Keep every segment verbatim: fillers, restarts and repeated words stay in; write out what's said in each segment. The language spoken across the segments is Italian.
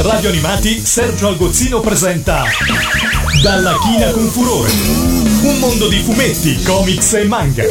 Radio Animati Sergio Algozzino presenta Dalla China con Furore, un mondo di fumetti, comics e manga.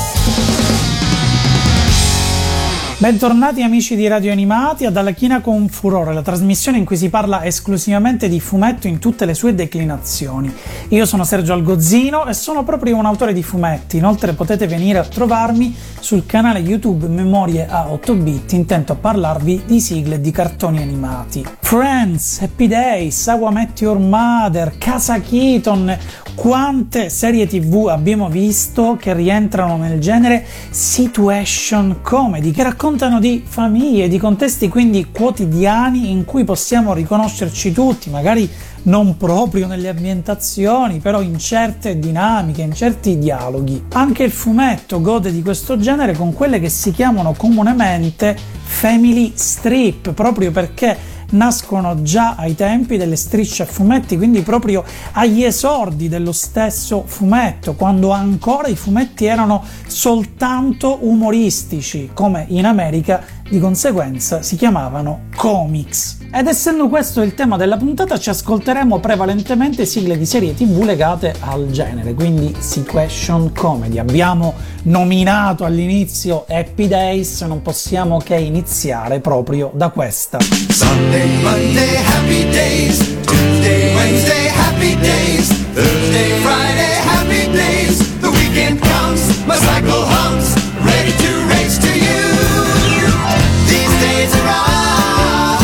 Bentornati amici di Radio Animati a Dalla China con Furore, la trasmissione in cui si parla esclusivamente di fumetto in tutte le sue declinazioni. Io sono Sergio Algozzino e sono proprio un autore di fumetti, inoltre potete venire a trovarmi sul canale YouTube Memorie a otto bit, intento a parlarvi di sigle di cartoni animati. Friends, Happy Days, How I Met Your Mother, Casa Keaton, quante serie tv abbiamo visto che rientrano nel genere situation comedy, che raccontano di famiglie, di contesti quindi quotidiani in cui possiamo riconoscerci tutti, magari non proprio nelle ambientazioni, però in certe dinamiche, in certi dialoghi. Anche il fumetto gode di questo genere con quelle che si chiamano comunemente family strip, proprio perché nascono già ai tempi delle strisce a fumetti, quindi proprio agli esordi dello stesso fumetto, quando ancora i fumetti erano soltanto umoristici, come in America di conseguenza si chiamavano comics. Ed essendo questo il tema della puntata, ci ascolteremo prevalentemente sigle di serie tv legate al genere, quindi situation comedy. Abbiamo nominato all'inizio Happy Days, non possiamo che iniziare proprio da questa. Sunday, Monday, happy days. Tuesday, Wednesday, happy days. Thursday, Friday, happy days. The weekend comes, my cycle hums, ready to race to you. These days are all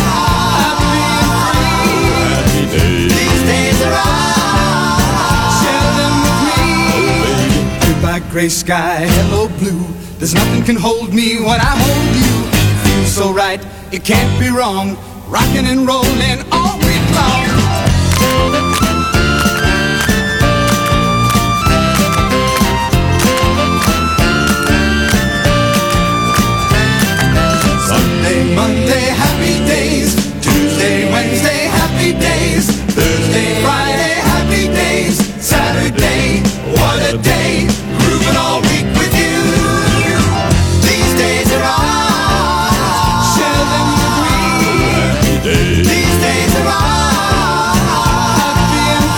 happy and free. Happy days. These days are all share them with me. Goodbye gray sky, hello blue. There's nothing can hold me when I hold you. Feels so right, it can't be wrong. Rockin' and rollin' all week long. Sunday, Monday, happy days. Tuesday, Wednesday, happy days. Thursday, Friday, happy days. Saturday, what a day. Groovin' all week with you. These days are all share them with me. These days are all happy and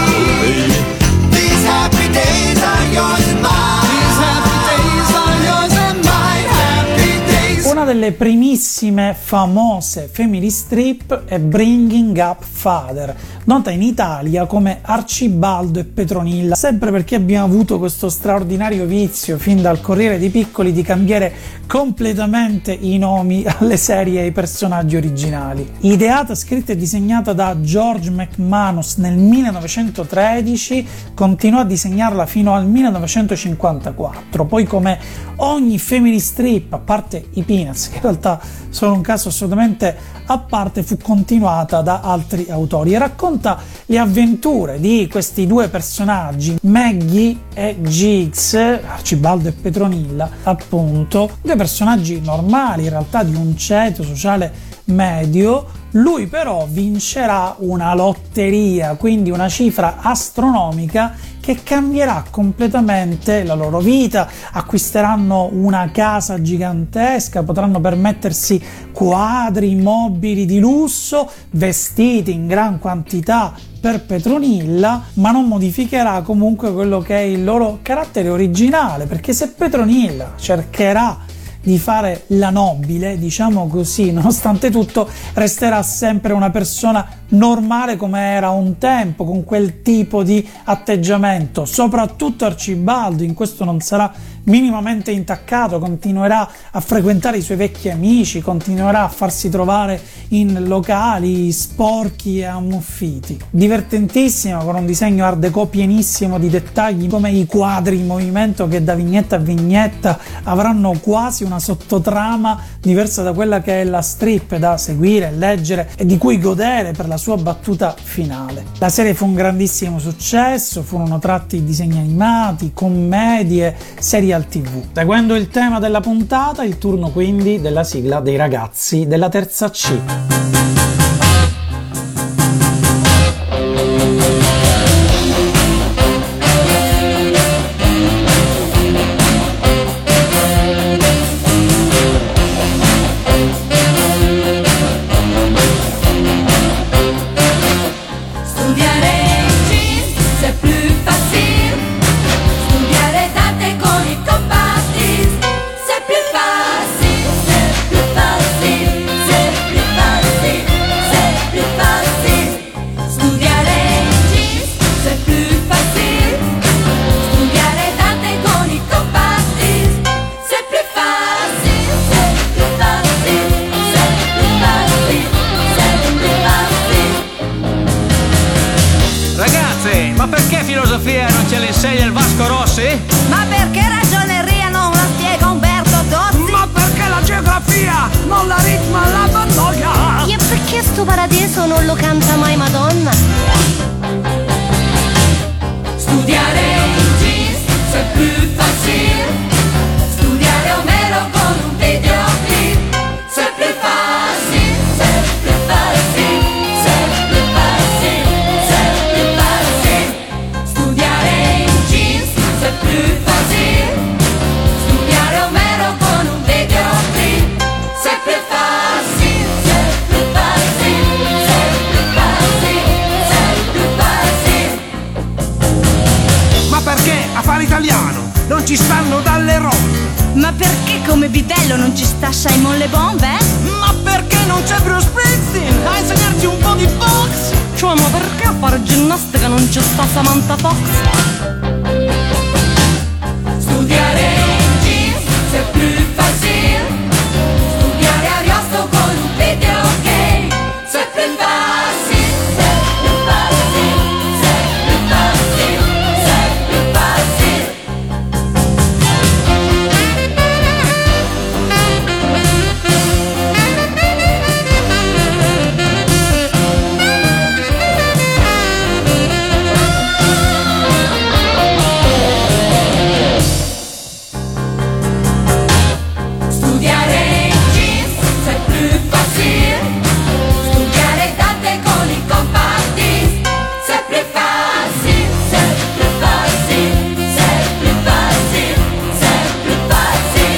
free. These happy days are yours and mine. These happy days are yours and mine. Happy days. Una delle primissime famose family strip è Bringing Up Father, nota in Italia come Arcibaldo e Petronilla, sempre perché abbiamo avuto questo straordinario vizio fin dal Corriere dei Piccoli di cambiare completamente i nomi alle serie e ai personaggi originali. Ideata, scritta e disegnata da George McManus nel millenovecentotredici, continuò a disegnarla fino al millenovecentocinquantaquattro, poi come ogni family strip, a parte i Peanuts, che in realtà sono un caso assolutamente a parte, fu continuata da altri autori e racconta le avventure di questi due personaggi, Maggie e Jiggs, Arcibaldo e Petronilla, appunto, due personaggi normali in realtà di un ceto sociale medio. Lui però vincerà una lotteria, quindi una cifra astronomica che cambierà completamente la loro vita. Acquisteranno una casa gigantesca, potranno permettersi quadri, mobili di lusso, vestiti in gran quantità per Petronilla, ma non modificherà comunque quello che è il loro carattere originale, perché se Petronilla cercherà di fare la nobile, diciamo così, nonostante tutto resterà sempre una persona normale come era un tempo, con quel tipo di atteggiamento. Soprattutto Arcibaldo in questo non sarà minimamente intaccato, continuerà a frequentare i suoi vecchi amici, continuerà a farsi trovare in locali sporchi e ammuffiti. Divertentissima, con un disegno art déco pienissimo di dettagli, come i quadri in movimento che da vignetta a vignetta avranno quasi una sottotrama diversa da quella che è la strip, da seguire, leggere e di cui godere per la sua battuta finale. La serie fu un grandissimo successo, furono tratti disegni animati, commedie, serie al tivù. Seguendo il tema della puntata, il turno quindi della sigla dei ragazzi della terza C. questo non lo canta mai Madonna. Studiare in jeans c'est plus facile. Studiare Omero con un videoclip c'est plus facile, c'est plus facile, c'est plus facile, c'est plus facile. Studiare in jeans c'est plus facile. Studiare Omero con un videoclip c'est plus facile, c'est plus facile, c'est plus facile, c'est plus facile. Ma perché a fare italiano non ci stanno dalle ronde? Ma perché come bidello non ci sta Simon Le Bon, beh? Ma perché non c'è Bruce Springsteen a insegnarci un po' di box? Cioè, ma perché a fare ginnastica non ci sta Samantha Fox? Studiare in jeans c'est plus facile. Studiare Ariosto con un videogame c'est plus facile, c'est plus facile, c'est plus facile, c'est plus facile. Studiare in jeans c'est plus facile. Studiare Dante con i compatti c'est plus facile, c'est plus facile, c'est plus facile, c'est plus facile.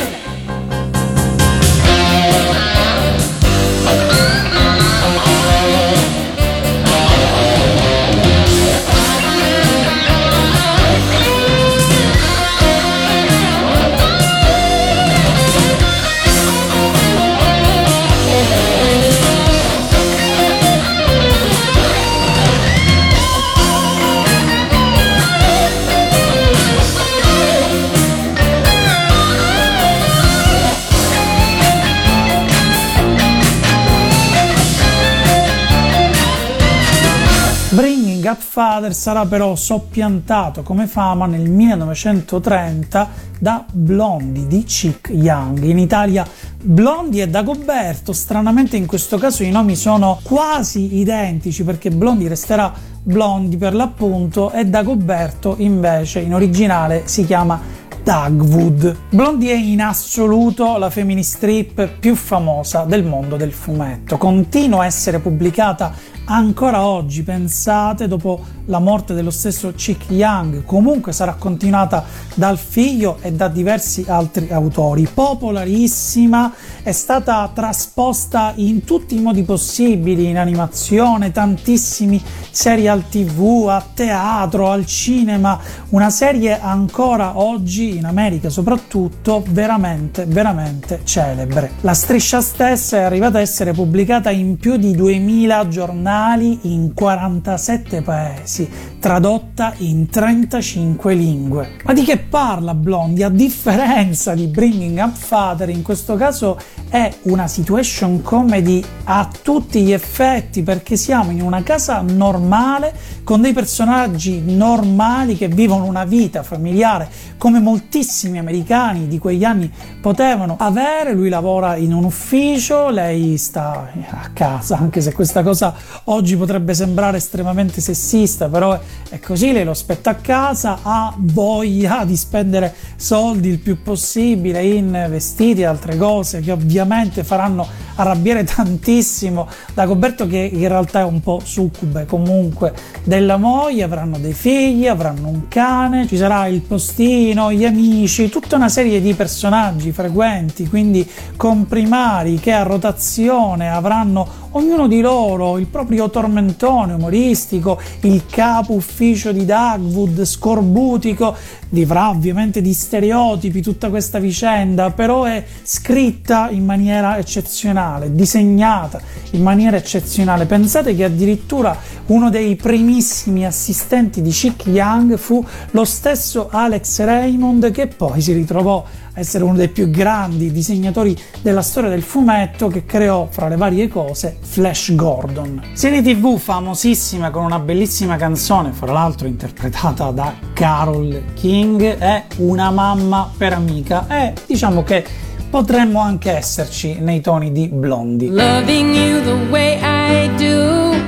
Bringing Up Father sarà però soppiantato come fama nel millenovecentotrenta da Blondie di Chic Young. In Italia Blondie e Dagoberto, stranamente in questo caso i nomi sono quasi identici perché Blondie resterà Blondie per l'appunto e Dagoberto invece in originale si chiama Dagwood. Blondie è in assoluto la femministrip più famosa del mondo del fumetto. Continua a essere pubblicata ancora oggi, pensate, dopo la morte dello stesso Chic Young. Comunque sarà continuata dal figlio e da diversi altri autori. Popolarissima, è stata trasposta in tutti i modi possibili, in animazione, tantissimi serial tv, a teatro, al cinema, una serie ancora oggi in America soprattutto veramente veramente celebre. La striscia stessa è arrivata a essere pubblicata in più di duemila giornali in quarantasette paesi, tradotta in trentacinque lingue. Ma di che parla Blondie? A differenza di Bringing Up Father, in questo caso è una situation comedy a tutti gli effetti, perché siamo in una casa normale con dei personaggi normali che vivono una vita familiare come moltissimi americani di quegli anni potevano avere. Lui lavora in un ufficio, lei sta a casa, anche se questa cosa oggi potrebbe sembrare estremamente sessista, però è, è così. Lei lo aspetta a casa, ha voglia di spendere soldi il più possibile in vestiti e altre cose che ovviamente faranno arrabbiare tantissimo Dagoberto, che in realtà è un po' succube comunque della moglie. Avranno dei figli, avranno un cane, ci sarà il postino, gli amici, tutta una serie di personaggi frequenti, quindi comprimari, che a rotazione avranno ognuno di loro il proprio tormentone umoristico. Il capo ufficio di Dagwood scorbutico vivrà ovviamente di stereotipi tutta questa vicenda, però è scritta in maniera eccezionale, disegnata in maniera eccezionale. Pensate che addirittura uno dei primissimi assistenti di Chic Young fu lo stesso Alex Raymond, che poi si ritrovò a essere uno dei più grandi disegnatori della storia del fumetto, che creò fra le varie cose Flash Gordon. Serie tv famosissima con una bellissima canzone, fra l'altro interpretata da Carole King, è Una mamma per amica, e diciamo che potremmo anche esserci nei toni di Blondie. Loving you the way I do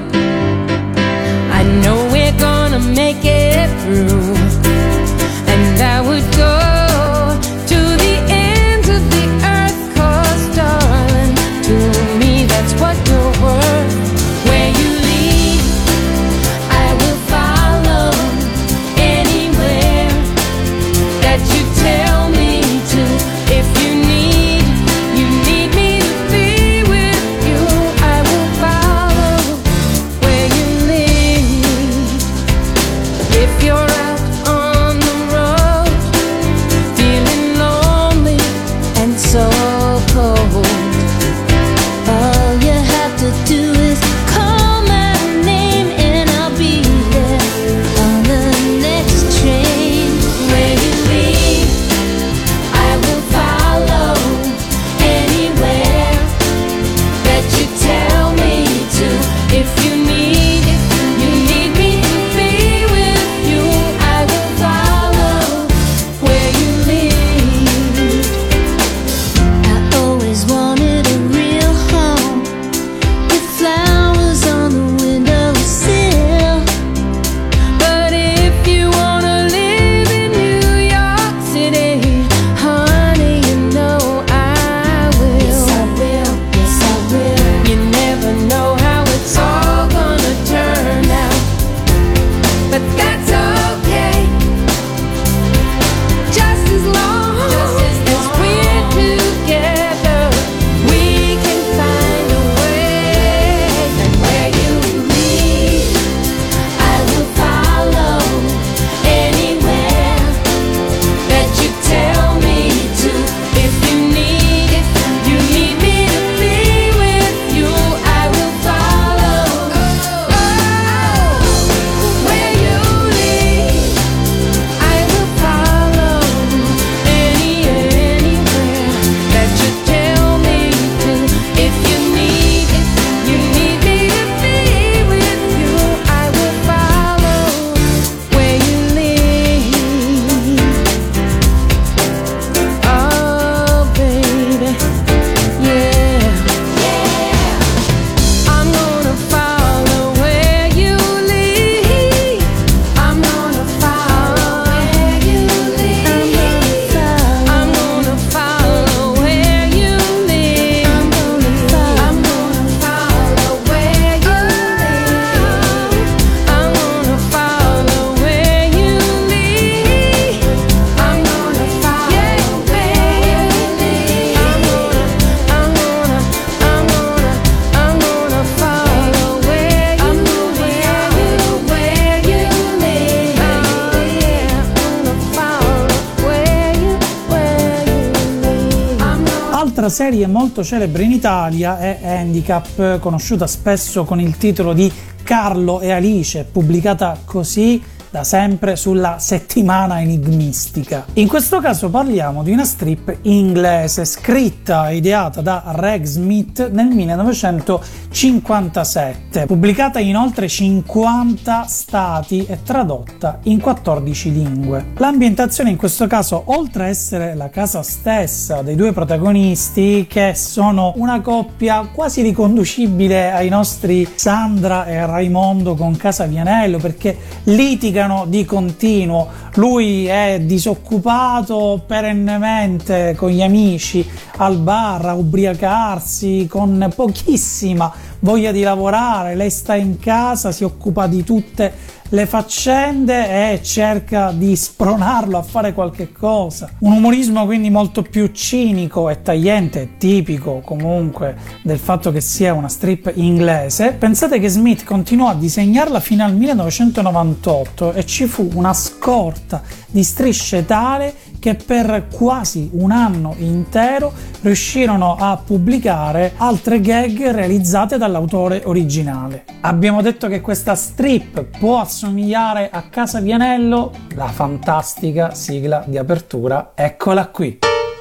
serie molto celebre in Italia è Handicap, conosciuta spesso con il titolo di Carlo e Alice, pubblicata così da sempre sulla Settimana Enigmistica. In questo caso parliamo di una strip inglese scritta e ideata da Reg Smith nel millenovecentocinquantasette, pubblicata in oltre cinquanta stati e tradotta in quattordici lingue. L'ambientazione in questo caso, oltre a essere la casa stessa dei due protagonisti, che sono una coppia quasi riconducibile ai nostri Sandra e Raimondo con Casa Vianello, perché litigano di continuo, lui è disoccupato perennemente con gli amici al bar a ubriacarsi con pochissima voglia di lavorare, lei sta in casa, si occupa di tutte le faccende e cerca di spronarlo a fare qualche cosa. Un umorismo quindi molto più cinico e tagliente, tipico comunque del fatto che sia una strip inglese. Pensate che Smith continuò a disegnarla fino al millenovecentonovantotto e ci fu una scorta di strisce tale che per quasi un anno intero riuscirono a pubblicare altre gag realizzate dall'autore originale. Abbiamo detto che questa strip può assomigliare a Casa Vianello, la fantastica sigla di apertura, eccola qui.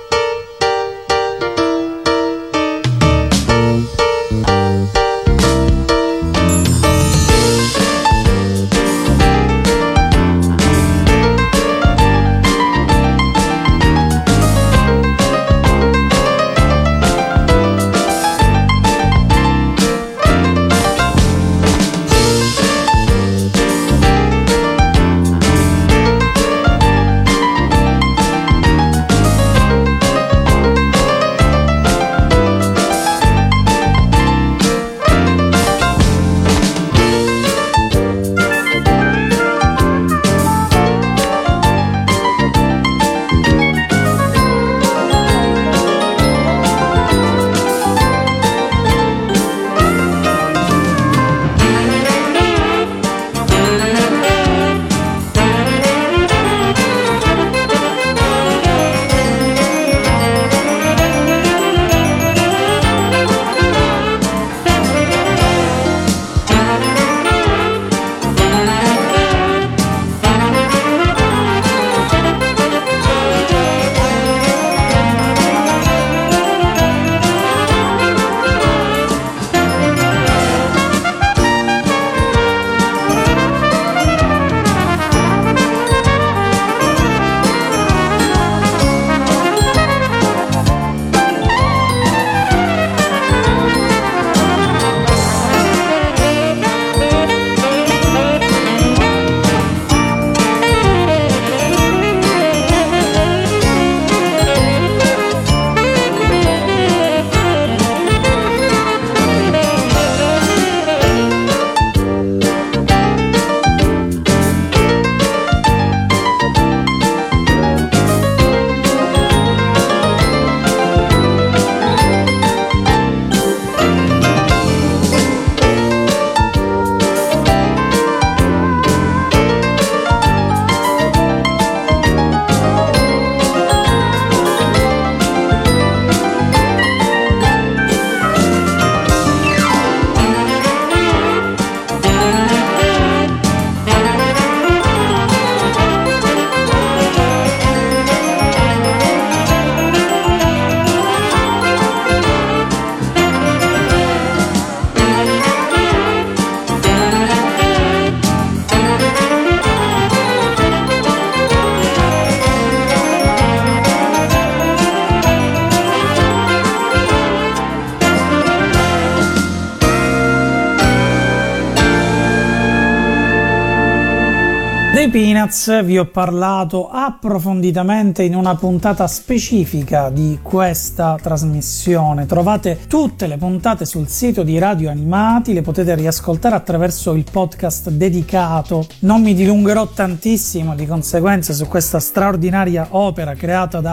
Dei Peanuts vi ho parlato approfonditamente in una puntata specifica di questa trasmissione. Trovate tutte le puntate sul sito di Radio Animati, le potete riascoltare attraverso il podcast dedicato. Non mi dilungherò tantissimo di conseguenza su questa straordinaria opera creata da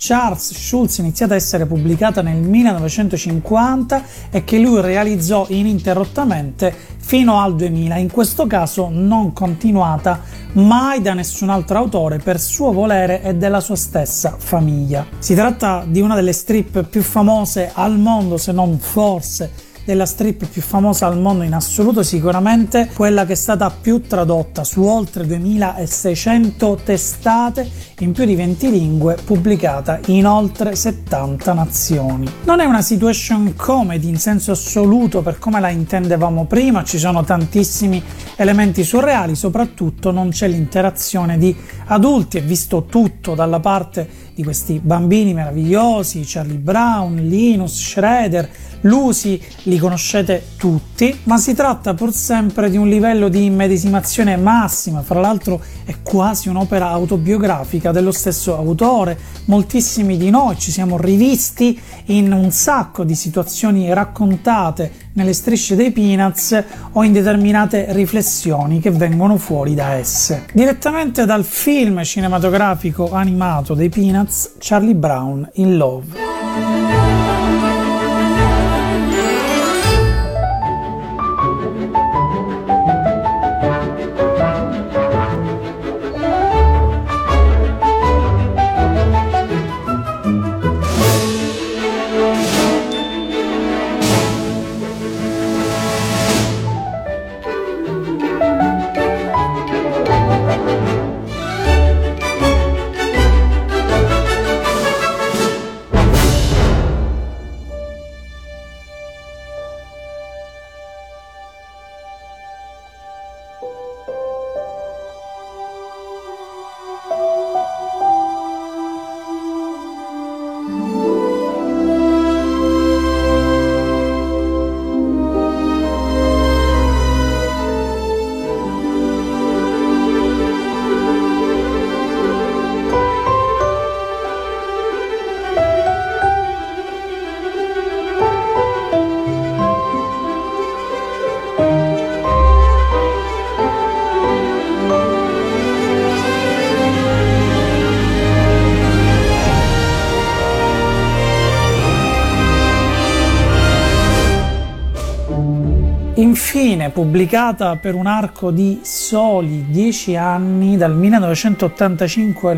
Charles Schulz, iniziata a essere pubblicata nel millenovecentocinquanta e che lui realizzò ininterrottamente fino al duemila, in questo caso non continuata mai da nessun altro autore per suo volere e della sua stessa famiglia. Si tratta di una delle strip più famose al mondo, se non forse della strip più famosa al mondo in assoluto, sicuramente quella che è stata più tradotta su oltre duemilaseicento testate in più di venti lingue, pubblicata in oltre settanta nazioni. Non è una situation comedy in senso assoluto per come la intendevamo prima, ci sono tantissimi elementi surreali, soprattutto non c'è l'interazione di adulti, è visto tutto dalla parte di questi bambini meravigliosi, Charlie Brown, Linus, Shredder, Lucy, li conoscete tutti, ma si tratta pur sempre di un livello di immedesimazione massima, fra l'altro è quasi un'opera autobiografica dello stesso autore, moltissimi di noi ci siamo rivisti in un sacco di situazioni raccontate nelle strisce dei Peanuts o in determinate riflessioni che vengono fuori da esse. Direttamente dal film cinematografico animato dei Peanuts, Charlie Brown in Love. Infine, pubblicata per un arco di soli dieci anni, dal millenovecentottantacinque al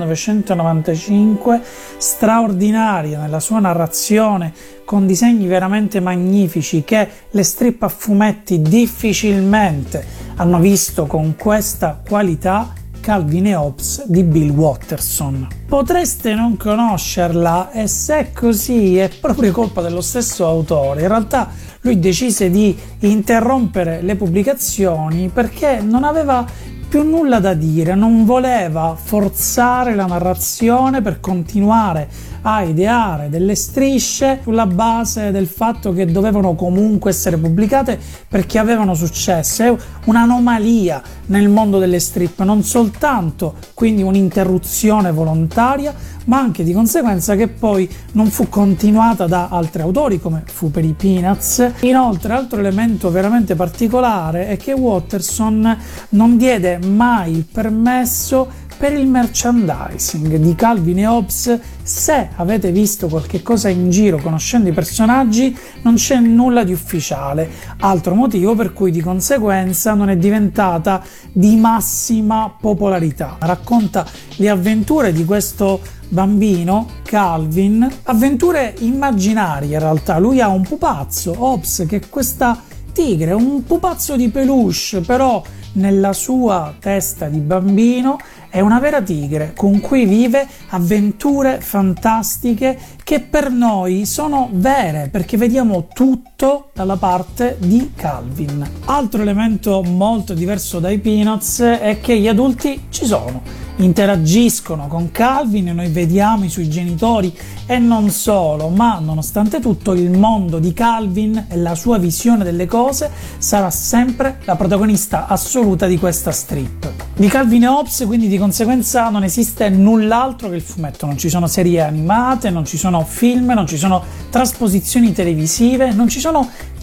millenovecentonovantacinque, straordinaria nella sua narrazione, con disegni veramente magnifici che le strip a fumetti difficilmente hanno visto con questa qualità, Calvin e Hobbes di Bill Watterson. Potreste non conoscerla e se è così è proprio colpa dello stesso autore. In realtà lui decise di interrompere le pubblicazioni perché non aveva più nulla da dire, non voleva forzare la narrazione per continuare a ideare delle strisce sulla base del fatto che dovevano comunque essere pubblicate perché avevano successo. È un'anomalia nel mondo delle strip, non soltanto quindi un'interruzione volontaria, ma anche di conseguenza che poi non fu continuata da altri autori come fu per i Peanuts. Inoltre, altro elemento veramente particolare è che Watterson non diede mai il permesso per il merchandising di Calvin e Hobbes. Se avete visto qualche cosa in giro conoscendo i personaggi, non c'è nulla di ufficiale, altro motivo per cui di conseguenza non è diventata di massima popolarità. Racconta le avventure di questo bambino, Calvin, avventure immaginarie in realtà. Lui ha un pupazzo, Hobbes, che è questa tigre, un pupazzo di peluche, però nella sua testa di bambino è una vera tigre con cui vive avventure fantastiche che per noi sono vere perché vediamo tutto dalla parte di Calvin. Altro elemento molto diverso dai Peanuts è che gli adulti ci sono, interagiscono con Calvin, noi vediamo i suoi genitori e non solo, ma nonostante tutto il mondo di Calvin e la sua visione delle cose sarà sempre la protagonista assoluta di questa strip. Di Calvin e Hobbes quindi di conseguenza non esiste null'altro che il fumetto, non ci sono serie animate, non ci sono film, non ci sono trasposizioni televisive, non ci sono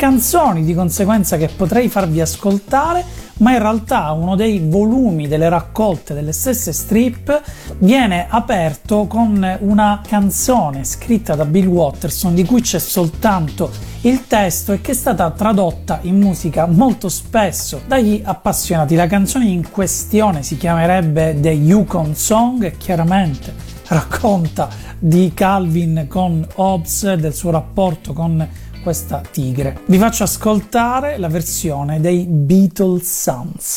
canzoni di conseguenza che potrei farvi ascoltare, ma in realtà uno dei volumi delle raccolte delle stesse strip viene aperto con una canzone scritta da Bill Watterson di cui c'è soltanto il testo e che è stata tradotta in musica molto spesso dagli appassionati. La canzone in questione si chiamerebbe The Yukon Song e chiaramente racconta di Calvin con Hobbes, del suo rapporto con questa tigre. Vi faccio ascoltare la versione dei Beatles Sons.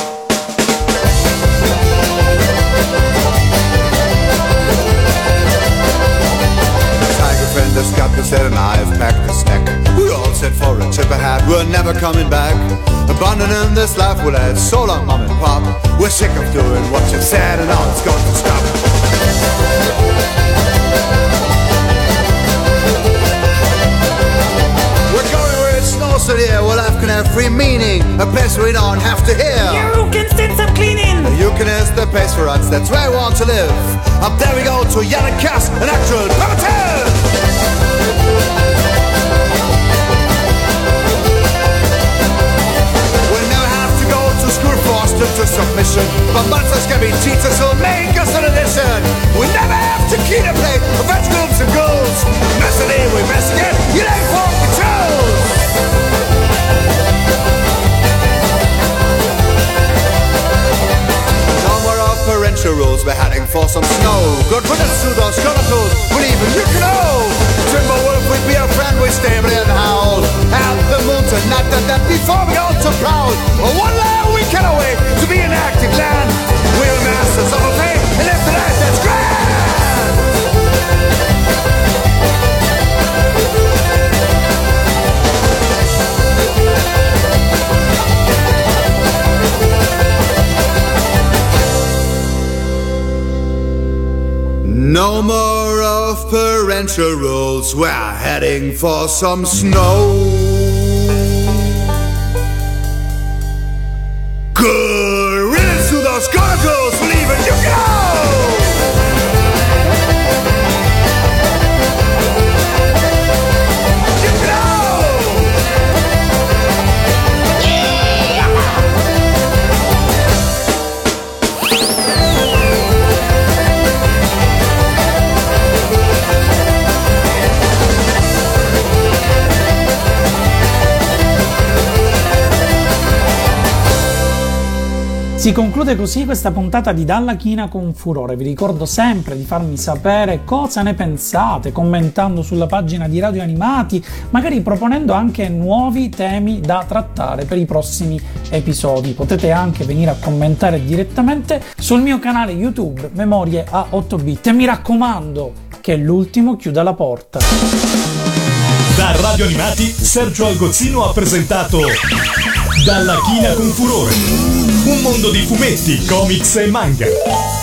The sculptor said and I've packed a snack. We all set for a trip ahead, we're never coming back. Abandoning this life, we'll have so long, mom and pop. We're sick of doing what you've said and now it's going to stop. We're going where it snows so dear, well life can have free meaning. A place where we don't have to hear. You can stand some cleaning. The Yukon is the place for us, that's where I want to live. Up there we go to Yellowcast, an actual primitive. School forced into submission, but monsters can be teachers who'll make us an addition. We never have to keep a play of fetch groups and goals. Messily we investigate, you ain't for controls. No more of parental rules, we're heading for some snow. Good riddance to those chronicles, we'll even you can know. Timberwolf would be a friend, we stable and howl. At the moon tonight, that that before we go too proud. Well, one land we cannot wait to be an active land. We're masters of a fate and live the life that's grand. No more of parental rules, we're heading for some snow. Good riddance to those chronicles, believe it, you go! Si conclude così questa puntata di Dalla China con Furore. Vi ricordo sempre di farmi sapere cosa ne pensate, commentando sulla pagina di Radio Animati, magari proponendo anche nuovi temi da trattare per i prossimi episodi. Potete anche venire a commentare direttamente sul mio canale YouTube Memorie a otto bit e mi raccomando che l'ultimo chiuda la porta. Da Radio Animati Sergio Algozzino ha presentato Dalla China con Furore, un mondo di fumetti, comics e manga.